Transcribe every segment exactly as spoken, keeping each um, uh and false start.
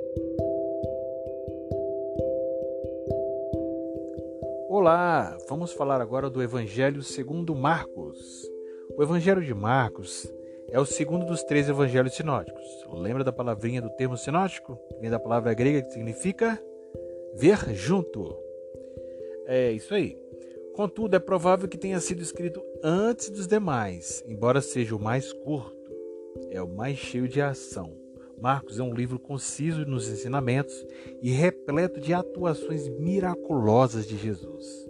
Olá, vamos falar agora do Evangelho segundo Marcos. O Evangelho de Marcos é o segundo dos três evangelhos sinóticos. Lembra da palavrinha do termo sinótico? Vem da palavra grega que significa ver junto. É isso aí. Contudo, é provável que tenha sido escrito antes dos demais, embora seja o mais curto, é o mais cheio de ação. Marcos é um livro conciso nos ensinamentos e repleto de atuações miraculosas de Jesus.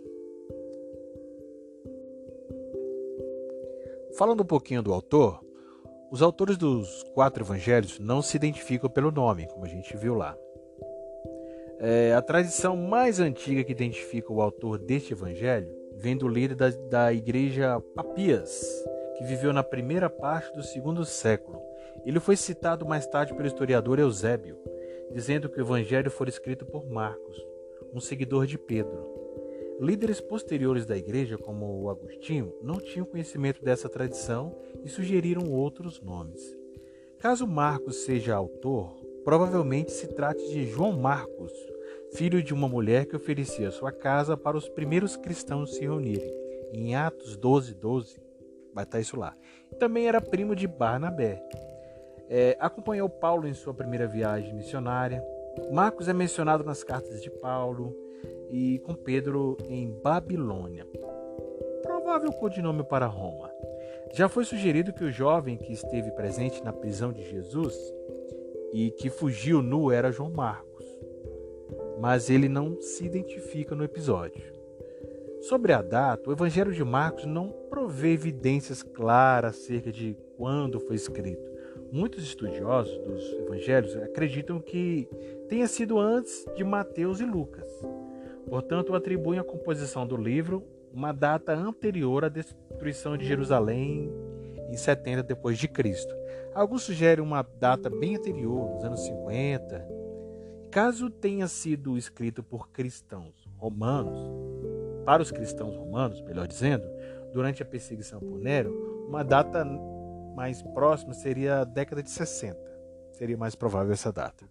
Falando um pouquinho do autor, os autores dos quatro evangelhos não se identificam pelo nome, como a gente viu lá. É, a tradição mais antiga que identifica o autor deste evangelho vem do líder da, da igreja Papias, que viveu na primeira parte do segundo século. Ele foi citado mais tarde pelo historiador Eusébio, dizendo que o evangelho foi escrito por Marcos, um seguidor de Pedro. Líderes posteriores da igreja, como o Agostinho, não tinham conhecimento dessa tradição e sugeriram outros nomes. Caso Marcos seja autor, provavelmente se trate de João Marcos, filho de uma mulher que oferecia sua casa para os primeiros cristãos se reunirem. Em Atos doze, doze, vai estar isso lá. Também era primo de Barnabé. É, acompanhou Paulo em sua primeira viagem missionária. Marcos é mencionado nas cartas de Paulo e com Pedro em Babilônia. Provável codinome para Roma. Já foi sugerido que o jovem que esteve presente na prisão de Jesus e que fugiu nu era João Marcos, mas ele não se identifica no episódio. Sobre a data, o Evangelho de Marcos não provê evidências claras acerca de quando foi escrito. Muitos estudiosos dos evangelhos acreditam que tenha sido antes de Mateus e Lucas. Portanto, atribuem à composição do livro uma data anterior à destruição de Jerusalém em setenta depois de Cristo. Alguns sugerem uma data bem anterior, nos anos cinquenta. Caso tenha sido escrito por cristãos romanos, para os cristãos romanos, melhor dizendo, durante a perseguição por Nero, uma data mais próxima seria a década de sessenta. Seria mais provável essa data.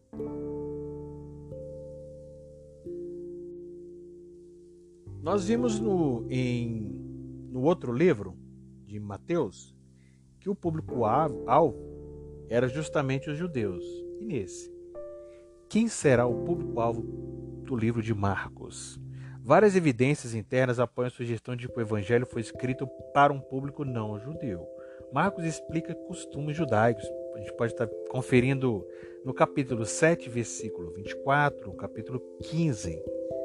Nós vimos no, em, no outro livro de Mateus que o público-alvo era justamente os judeus. E nesse? Quem será o público-alvo do livro de Marcos? Várias evidências internas apoiam a sugestão de que o evangelho foi escrito para um público não judeu. Marcos explica costumes judaicos. A gente pode estar conferindo no capítulo sete, versículo vinte e quatro, no capítulo quinze,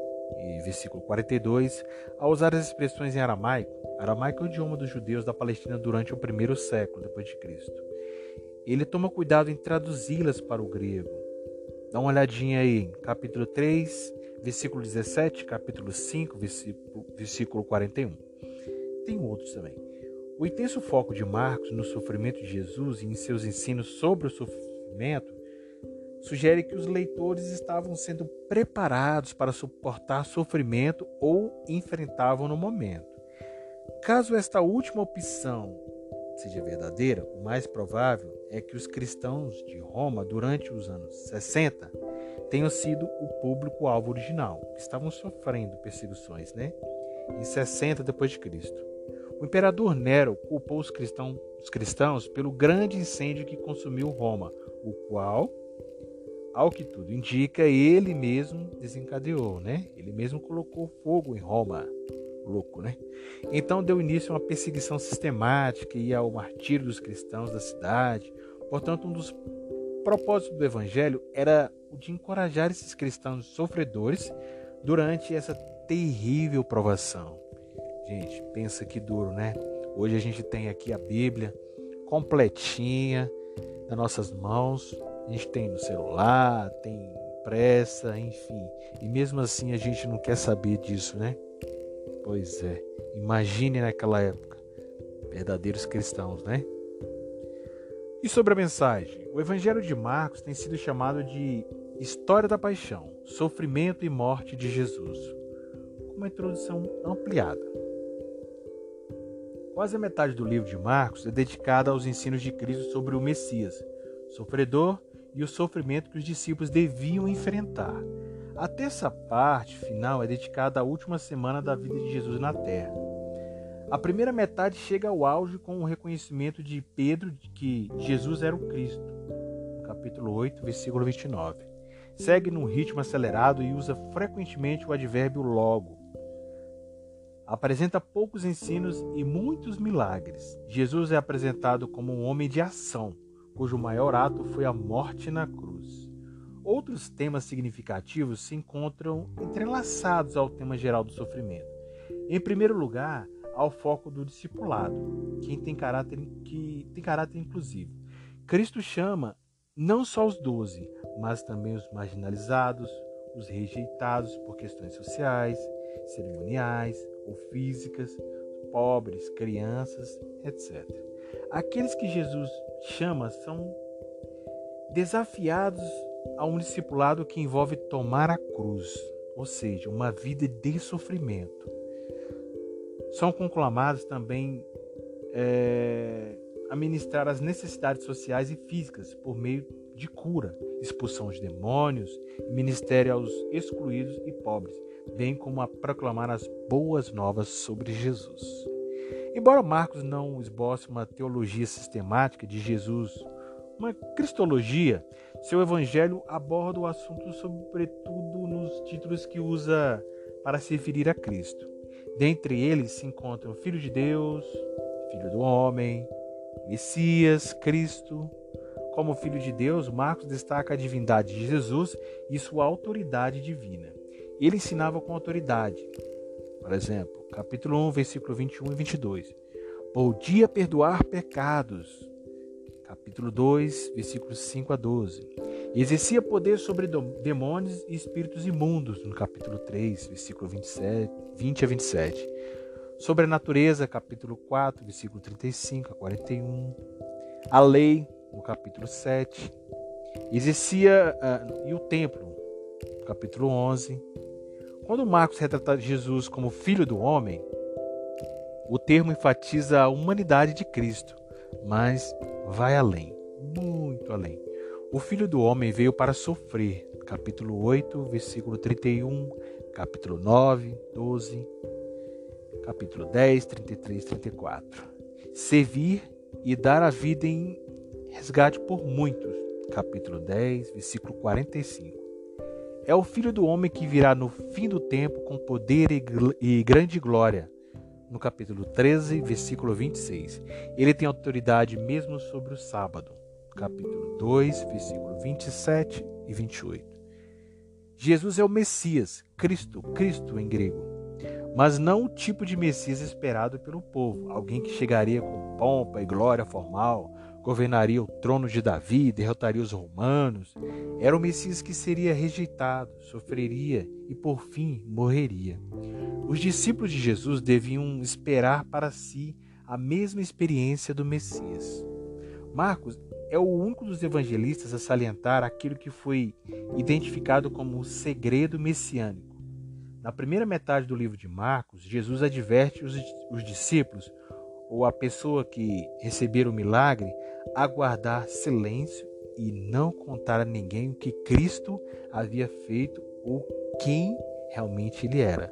e versículo quarenta e dois, ao usar as expressões em aramaico. Aramaico é o idioma dos judeus da Palestina durante o primeiro século depois de Cristo. Ele toma cuidado em traduzi-las para o grego. Dá uma olhadinha aí em capítulo três, versículo dezessete, capítulo cinco, versículo, versículo quarenta e um. Tem outros também. O intenso foco de Marcos no sofrimento de Jesus e em seus ensinos sobre o sofrimento sugere que os leitores estavam sendo preparados para suportar sofrimento ou enfrentavam no momento. Caso esta última opção seja verdadeira, o mais provável é que os cristãos de Roma, durante os anos sessenta, tenham sido o público-alvo original. Estavam sofrendo perseguições, né? Em sessenta depois de Cristo. O imperador Nero culpou os cristãos, os cristãos pelo grande incêndio que consumiu Roma, o qual, ao que tudo indica, ele mesmo desencadeou, né? Ele mesmo colocou fogo em Roma. Louco, né? Então deu início a uma perseguição sistemática e ao martírio dos cristãos da cidade. Portanto, um dos propósitos do evangelho era o de encorajar esses cristãos sofredores durante essa terrível provação. Gente, pensa que duro, né? Hoje a gente tem aqui a Bíblia completinha nas nossas mãos. A gente tem no celular, tem impressa, enfim. E mesmo assim a gente não quer saber disso, né? Pois é, imagine naquela época, verdadeiros cristãos, né? E sobre a mensagem, o Evangelho de Marcos tem sido chamado de História da Paixão, Sofrimento e Morte de Jesus, com uma introdução ampliada. Quase a metade do livro de Marcos é dedicada aos ensinos de Cristo sobre o Messias, sofredor e o sofrimento que os discípulos deviam enfrentar. Até essa parte final é dedicada à última semana da vida de Jesus na Terra. A primeira metade chega ao auge com o reconhecimento de Pedro de que Jesus era o Cristo, capítulo oito, versículo vinte e nove. Segue num ritmo acelerado e usa frequentemente o advérbio logo. Apresenta poucos ensinos e muitos milagres. Jesus é apresentado como um homem de ação, cujo maior ato foi a morte na cruz. Outros temas significativos se encontram entrelaçados ao tema geral do sofrimento. Em primeiro lugar, ao foco do discipulado, que tem caráter, que tem caráter inclusivo. Cristo chama não só os doze, mas também os marginalizados, os rejeitados por questões sociais, cerimoniais ou físicas, pobres, crianças, etcétera. Aqueles que Jesus chama são desafiados a um discipulado que envolve tomar a cruz, ou seja, uma vida de sofrimento. São conclamados também é, a ministrar as necessidades sociais e físicas por meio de cura, expulsão de demônios e ministério aos excluídos e pobres, bem como a proclamar as boas novas sobre Jesus. Embora Marcos não esboce uma teologia sistemática de Jesus, uma cristologia, seu evangelho aborda o assunto sobretudo nos títulos que usa para se referir a Cristo. Dentre eles se encontram Filho de Deus, Filho do Homem, Messias, Cristo. Como Filho de Deus, Marcos destaca a divindade de Jesus e sua autoridade divina. Ele ensinava com autoridade. Por exemplo, capítulo um, versículo vinte e um e vinte e dois. Podia perdoar pecados. Capítulo dois, versículos cinco a doze. Exercia poder sobre demônios e espíritos imundos, no capítulo três, versículo vinte e sete, vinte a vinte e sete. Sobre a natureza, capítulo quatro, versículo trinta e cinco a quarenta e um. A lei, no capítulo sete. Exercia uh, e o templo, no capítulo onze. Quando Marcos retrata Jesus como Filho do Homem, o termo enfatiza a humanidade de Cristo, mas vai além, muito além. O Filho do Homem veio para sofrer, capítulo oito, versículo trinta e um, capítulo nove, doze, capítulo dez, trinta e três, trinta e quatro. Servir e dar a vida em resgate por muitos, capítulo dez, versículo quarenta e cinco. É o Filho do Homem que virá no fim do tempo com poder e, gl- e grande glória, no capítulo treze, versículo vinte e seis. Ele tem autoridade mesmo sobre o sábado, capítulo dois, versículo vinte e sete e vinte e oito. Jesus é o Messias, Cristo, Cristo em grego, mas não o tipo de Messias esperado pelo povo, alguém que chegaria com pompa e glória formal, governaria o trono de Davi, derrotaria os romanos. Era o Messias que seria rejeitado, sofreria e, por fim, morreria. Os discípulos de Jesus deviam esperar para si a mesma experiência do Messias. Marcos é o único dos evangelistas a salientar aquilo que foi identificado como o segredo messiânico. Na primeira metade do livro de Marcos, Jesus adverte os, os discípulos, ou a pessoa que receber o milagre, a guardar silêncio e não contar a ninguém o que Cristo havia feito ou quem realmente ele era.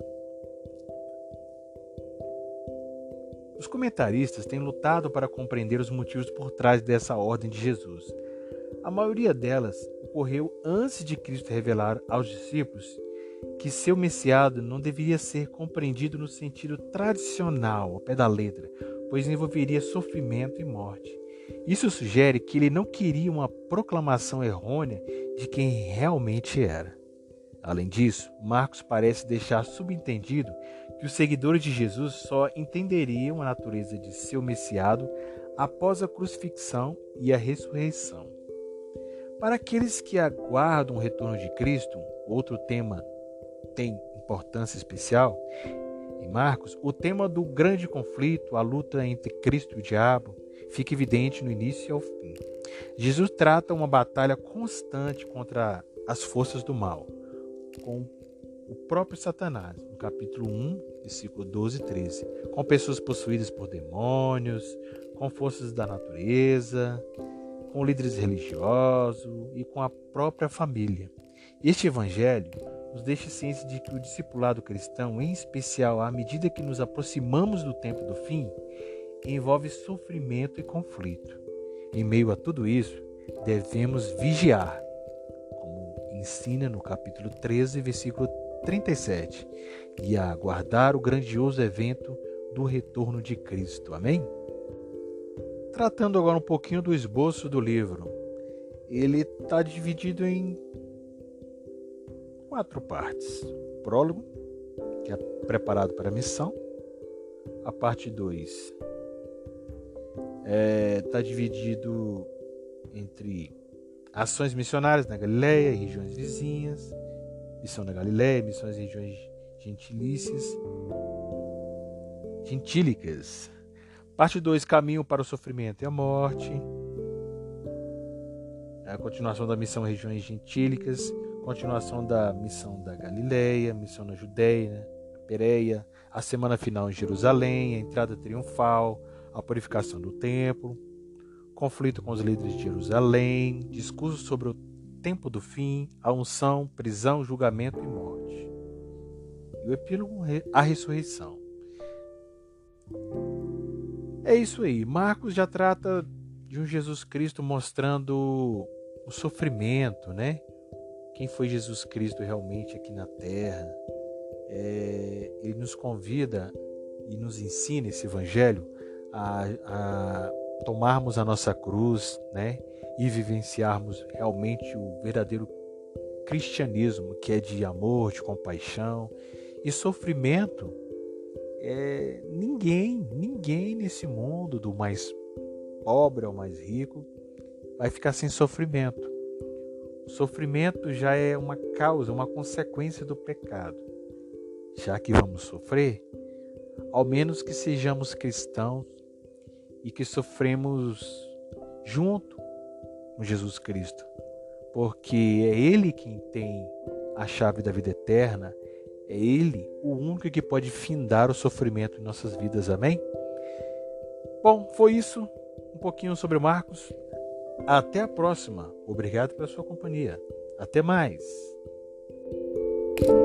Os comentaristas têm lutado para compreender os motivos por trás dessa ordem de Jesus. A maioria delas ocorreu antes de Cristo revelar aos discípulos que seu messiado não deveria ser compreendido no sentido tradicional, ao pé da letra, pois envolveria sofrimento e morte. Isso sugere que ele não queria uma proclamação errônea de quem realmente era. Além disso, Marcos parece deixar subentendido que os seguidores de Jesus só entenderiam a natureza de seu messiado após a crucifixão e a ressurreição. Para aqueles que aguardam o retorno de Cristo, outro tema tem importância especial, em Marcos, o tema do grande conflito, a luta entre Cristo e o diabo, fica evidente no início e ao fim. Jesus trata uma batalha constante contra as forças do mal, com o próprio Satanás, no capítulo um, versículo doze e treze, com pessoas possuídas por demônios, com forças da natureza, com líderes religiosos e com a própria família. Este evangelho nos deixa ciência de que o discipulado cristão, em especial à medida que nos aproximamos do tempo do fim, envolve sofrimento e conflito. Em meio a tudo isso, devemos vigiar, como ensina no capítulo treze, versículo trinta e sete, e aguardar o grandioso evento do retorno de Cristo. Amém? Tratando agora um pouquinho do esboço do livro, ele está dividido em quatro partes. O prólogo, que é preparado para a missão. A parte dois está é, dividido entre ações missionárias na Galileia e regiões vizinhas, missão na Galileia, missões em regiões gentilícias, gentílicas. Parte dois, caminho para o sofrimento e a morte. A continuação da missão em regiões gentílicas, continuação da missão da Galileia, missão na Judeia, na Pérea, a semana final em Jerusalém, a entrada triunfal, a purificação do templo, conflito com os líderes de Jerusalém, discurso sobre o tempo do fim, a unção, prisão, julgamento e morte. E o epílogo, a ressurreição. É isso aí. Marcos já trata de um Jesus Cristo mostrando o sofrimento, né? Quem foi Jesus Cristo realmente aqui na Terra. É, ele nos convida e nos ensina esse evangelho a, a tomarmos a nossa cruz, né? E vivenciarmos realmente o verdadeiro cristianismo, que é de amor, de compaixão e sofrimento. É, ninguém, ninguém nesse mundo, do mais pobre ao mais rico, vai ficar sem sofrimento. O sofrimento já é uma causa, uma consequência do pecado. Já que vamos sofrer, ao menos que sejamos cristãos e que sofremos junto com Jesus Cristo, porque é Ele quem tem a chave da vida eterna. É Ele o único que pode findar o sofrimento em nossas vidas, amém? Bom, foi isso, um pouquinho sobre Marcos. Até a próxima. Obrigado pela sua companhia. Até mais.